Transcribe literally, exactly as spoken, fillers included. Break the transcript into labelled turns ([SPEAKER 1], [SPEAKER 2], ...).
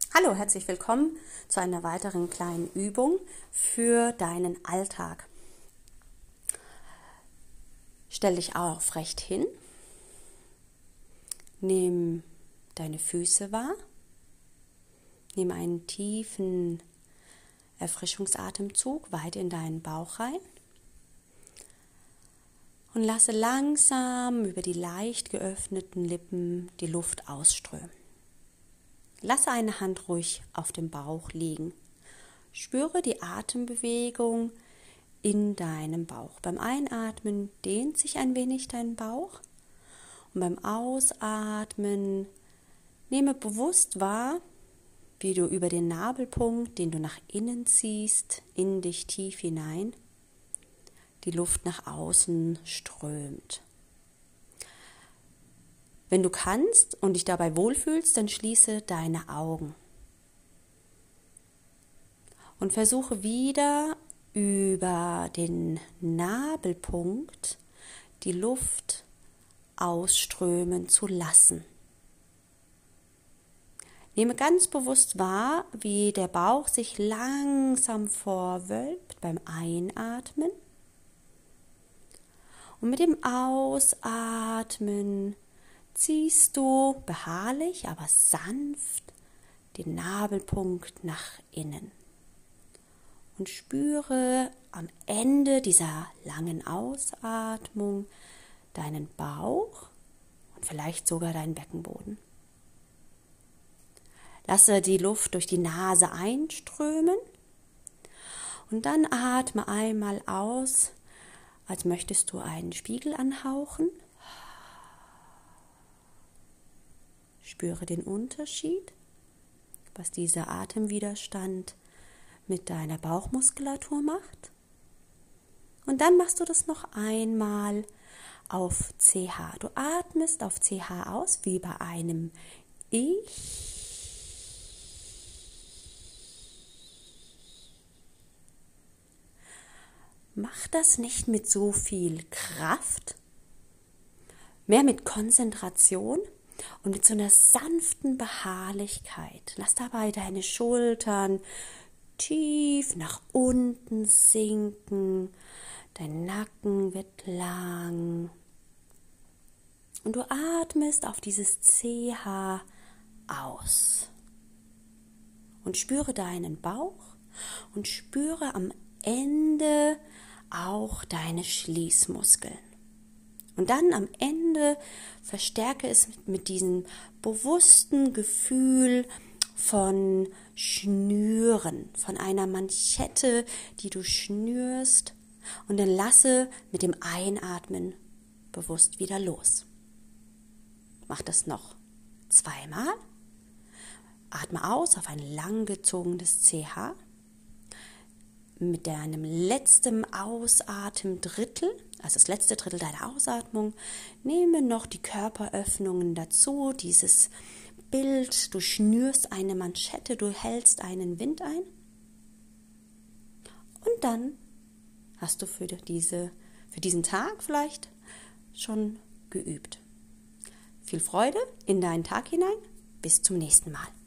[SPEAKER 1] Hallo, herzlich willkommen zu einer weiteren kleinen Übung für deinen Alltag. Stell dich aufrecht hin, nimm deine Füße wahr, nimm einen tiefen Erfrischungsatemzug weit in deinen Bauch rein und lasse langsam über die leicht geöffneten Lippen die Luft ausströmen. Lasse eine Hand ruhig auf dem Bauch liegen. Spüre die Atembewegung in deinem Bauch. Beim Einatmen dehnt sich ein wenig dein Bauch und beim Ausatmen nehme bewusst wahr, wie du über den Nabelpunkt, den du nach innen ziehst, in dich tief hinein, die Luft nach außen strömt. Wenn du kannst und dich dabei wohlfühlst, dann schließe deine Augen und versuche wieder über den Nabelpunkt die Luft ausströmen zu lassen. Nehme ganz bewusst wahr, wie der Bauch sich langsam vorwölbt beim Einatmen und mit dem Ausatmen ziehst du beharrlich, aber sanft den Nabelpunkt nach innen und spüre am Ende dieser langen Ausatmung deinen Bauch und vielleicht sogar deinen Beckenboden. Lasse die Luft durch die Nase einströmen und dann atme einmal aus, als möchtest du einen Spiegel anhauchen. Spüre den Unterschied, was dieser Atemwiderstand mit deiner Bauchmuskulatur macht. Und dann machst du das noch einmal auf C H. Du atmest auf C H aus, wie bei einem Ich. Mach das nicht mit so viel Kraft, mehr mit Konzentration und mit so einer sanften Beharrlichkeit. Lass dabei deine Schultern tief nach unten sinken. Dein Nacken wird lang. Und du atmest auf dieses C H aus. Und spüre deinen Bauch und spüre am Ende auch deine Schließmuskeln. Und dann am Ende verstärke es mit diesem bewussten Gefühl von Schnüren, von einer Manschette, die du schnürst, und dann lasse mit dem Einatmen bewusst wieder los. Mach das noch zweimal. Atme aus auf ein langgezogenes C H. Mit deinem letzten Ausatemdrittel, also das letzte Drittel deiner Ausatmung, nehme noch die Körperöffnungen dazu, dieses Bild, du schnürst eine Manschette, du hältst einen Wind ein und dann hast du für, diese, für diesen Tag vielleicht schon geübt. Viel Freude in deinen Tag hinein, bis zum nächsten Mal.